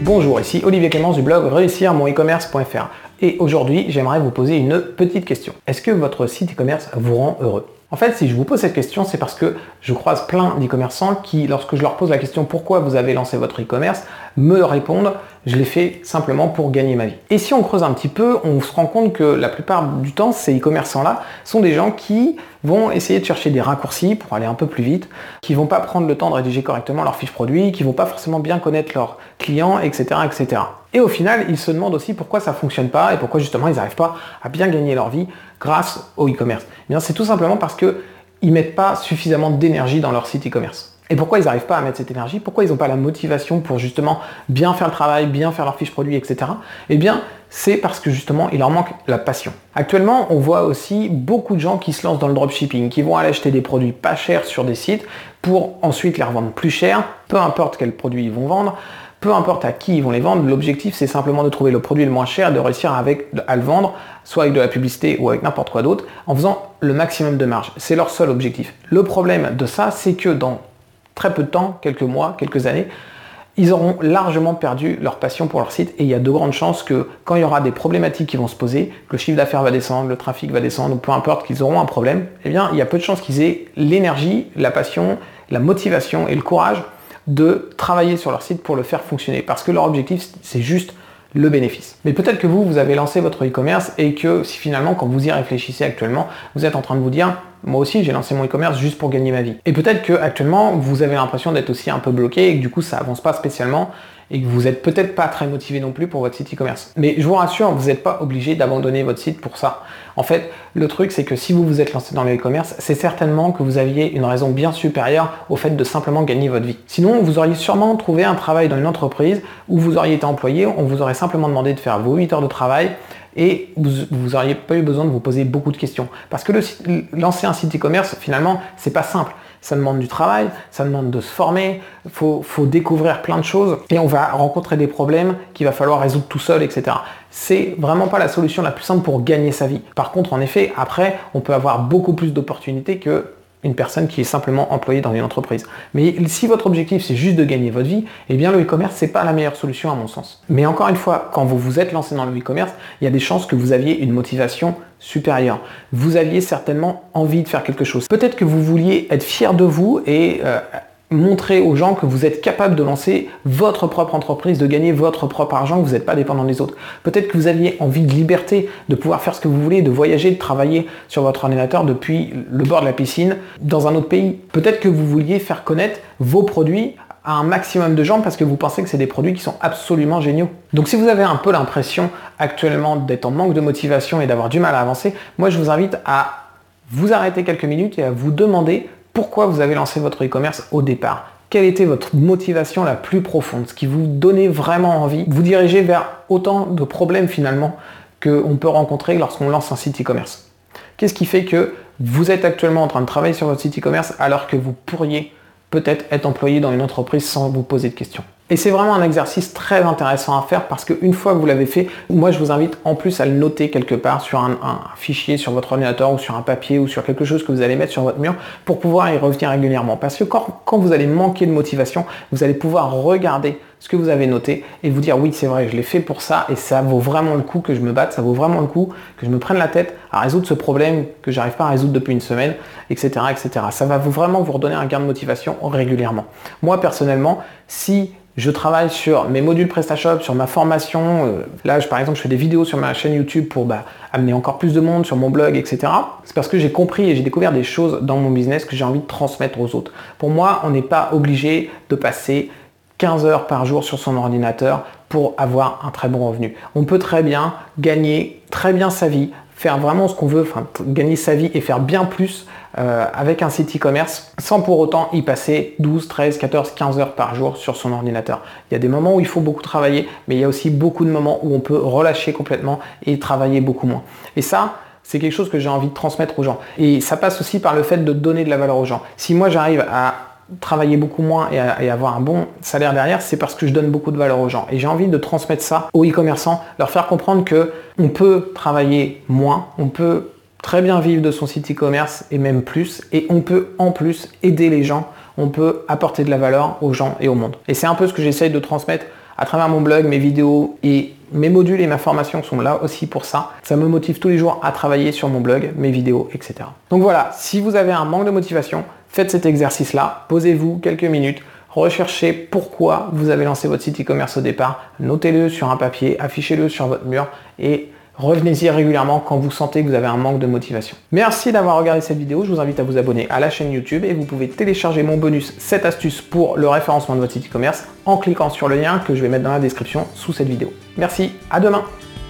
Bonjour, ici Olivier Clémence du blog réussir-mon-e-commerce.fr et aujourd'hui j'aimerais vous poser une petite question. Est-ce que votre site e-commerce vous rend heureux? En fait, si je vous pose cette question, c'est parce que je croise plein d'e-commerçants qui, lorsque je leur pose la question pourquoi vous avez lancé votre e-commerce, me répondent je l'ai fait simplement pour gagner ma vie. Et si on creuse un petit peu, on se rend compte que la plupart du temps, ces e-commerçants-là sont des gens qui vont essayer de chercher des raccourcis pour aller un peu plus vite, qui vont pas prendre le temps de rédiger correctement leur fiche produit, qui vont pas forcément bien connaître leurs clients, etc., etc. Et au final, ils se demandent aussi pourquoi ça fonctionne pas et pourquoi justement ils n'arrivent pas à bien gagner leur vie grâce au e-commerce. Eh bien, c'est tout simplement parce qu'ils mettent pas suffisamment d'énergie dans leur site e-commerce. Et pourquoi ils n'arrivent pas à mettre cette énergie? Pourquoi ils n'ont pas la motivation pour justement bien faire le travail, bien faire leur fiche produit, etc. Eh bien, c'est parce que justement, il leur manque la passion. Actuellement, on voit aussi beaucoup de gens qui se lancent dans le dropshipping, qui vont aller acheter des produits pas chers sur des sites pour ensuite les revendre plus cher, peu importe quel produit ils vont vendre, peu importe à qui ils vont les vendre. L'objectif, c'est simplement de trouver le produit le moins cher et de réussir à le vendre, soit avec de la publicité ou avec n'importe quoi d'autre, en faisant le maximum de marge. C'est leur seul objectif. Le problème de ça, c'est que dans très peu de temps, quelques mois, quelques années, ils auront largement perdu leur passion pour leur site et il y a de grandes chances que quand il y aura des problématiques qui vont se poser, que le chiffre d'affaires va descendre, le trafic va descendre, ou peu importe qu'ils auront un problème, eh bien il y a peu de chances qu'ils aient l'énergie, la passion, la motivation et le courage de travailler sur leur site pour le faire fonctionner parce que leur objectif c'est juste le bénéfice. Mais peut-être que vous avez lancé votre e-commerce et que si finalement quand vous y réfléchissez actuellement, vous êtes en train de vous dire moi aussi j'ai lancé mon e-commerce juste pour gagner ma vie. Et peut-être que actuellement vous avez l'impression d'être aussi un peu bloqué et que du coup ça avance pas spécialement et que vous n'êtes peut-être pas très motivé non plus pour votre site e-commerce. Mais je vous rassure, vous n'êtes pas obligé d'abandonner votre site pour ça. En fait, le truc c'est que si vous vous êtes lancé dans le e-commerce, c'est certainement que vous aviez une raison bien supérieure au fait de simplement gagner votre vie. Sinon, vous auriez sûrement trouvé un travail dans une entreprise où vous auriez été employé, on vous aurait simplement demandé de faire vos 8 heures de travail et vous n'auriez pas eu besoin de vous poser beaucoup de questions. Parce que lancer un site e-commerce, finalement, c'est pas simple. Ça demande du travail, ça demande de se former, faut découvrir plein de choses et on va rencontrer des problèmes qu'il va falloir résoudre tout seul, etc. C'est vraiment pas la solution la plus simple pour gagner sa vie. Par contre, en effet, après, on peut avoir beaucoup plus d'opportunités que une personne qui est simplement employée dans une entreprise. Mais si votre objectif c'est juste de gagner votre vie, eh bien le e-commerce c'est pas la meilleure solution à mon sens. Mais encore une fois, quand vous vous êtes lancé dans le e-commerce, il y a des chances que vous aviez une motivation supérieure. Vous aviez certainement envie de faire quelque chose. Peut-être que vous vouliez être fier de vous et montrer aux gens que vous êtes capable de lancer votre propre entreprise, de gagner votre propre argent, que vous n'êtes pas dépendant des autres. Peut-être que vous aviez envie de liberté, de pouvoir faire ce que vous voulez, de voyager, de travailler sur votre ordinateur depuis le bord de la piscine dans un autre pays. Peut-être que vous vouliez faire connaître vos produits à un maximum de gens parce que vous pensez que c'est des produits qui sont absolument géniaux. Donc si vous avez un peu l'impression actuellement d'être en manque de motivation et d'avoir du mal à avancer, moi je vous invite à vous arrêter quelques minutes et à vous demander pourquoi vous avez lancé votre e-commerce au départ. Quelle était votre motivation la plus profonde, ce qui vous donnait vraiment envie de vous diriger vers autant de problèmes finalement qu'on peut rencontrer lorsqu'on lance un site e-commerce. Qu'est-ce qui fait que vous êtes actuellement en train de travailler sur votre site e-commerce alors que vous pourriez peut-être être employé dans une entreprise sans vous poser de questions? Et c'est vraiment un exercice très intéressant à faire parce qu'une fois que vous l'avez fait, moi je vous invite en plus à le noter quelque part sur un fichier sur votre ordinateur ou sur un papier ou sur quelque chose que vous allez mettre sur votre mur pour pouvoir y revenir régulièrement. Parce que quand vous allez manquer de motivation, vous allez pouvoir regarder ce que vous avez noté et vous dire oui c'est vrai, je l'ai fait pour ça et ça vaut vraiment le coup que je me batte, ça vaut vraiment le coup que je me prenne la tête à résoudre ce problème que j'arrive pas à résoudre depuis une semaine, etc. etc. Ça va vraiment vous redonner un gain de motivation régulièrement. Moi personnellement, si je travaille sur mes modules PrestaShop, sur ma formation. Là, par exemple, je fais des vidéos sur ma chaîne YouTube pour amener encore plus de monde sur mon blog, etc. C'est parce que j'ai compris et j'ai découvert des choses dans mon business que j'ai envie de transmettre aux autres. Pour moi, on n'est pas obligé de passer 15 heures par jour sur son ordinateur pour avoir un très bon revenu. On peut très bien gagner très bien sa vie, faire vraiment ce qu'on veut, gagner sa vie et faire bien plus avec un site e-commerce sans pour autant y passer 12, 13, 14, 15 heures par jour sur son ordinateur. Il y a des moments où il faut beaucoup travailler, mais il y a aussi beaucoup de moments où on peut relâcher complètement et travailler beaucoup moins. Et ça, c'est quelque chose que j'ai envie de transmettre aux gens. Et ça passe aussi par le fait de donner de la valeur aux gens. Si moi j'arrive à travailler beaucoup moins et avoir un bon salaire derrière, c'est parce que je donne beaucoup de valeur aux gens. Et j'ai envie de transmettre ça aux e-commerçants, leur faire comprendre que on peut travailler moins, on peut très bien vivre de son site e-commerce et même plus, et on peut en plus aider les gens, on peut apporter de la valeur aux gens et au monde. Et c'est un peu ce que j'essaye de transmettre à travers mon blog, mes vidéos et mes modules et ma formation sont là aussi pour ça. Ça me motive tous les jours à travailler sur mon blog, mes vidéos, etc. Donc voilà, si vous avez un manque de motivation, faites cet exercice-là, posez-vous quelques minutes, recherchez pourquoi vous avez lancé votre site e-commerce au départ, notez-le sur un papier, affichez-le sur votre mur et revenez-y régulièrement quand vous sentez que vous avez un manque de motivation. Merci d'avoir regardé cette vidéo, je vous invite à vous abonner à la chaîne YouTube et vous pouvez télécharger mon bonus 7 astuces pour le référencement de votre site e-commerce en cliquant sur le lien que je vais mettre dans la description sous cette vidéo. Merci, à demain!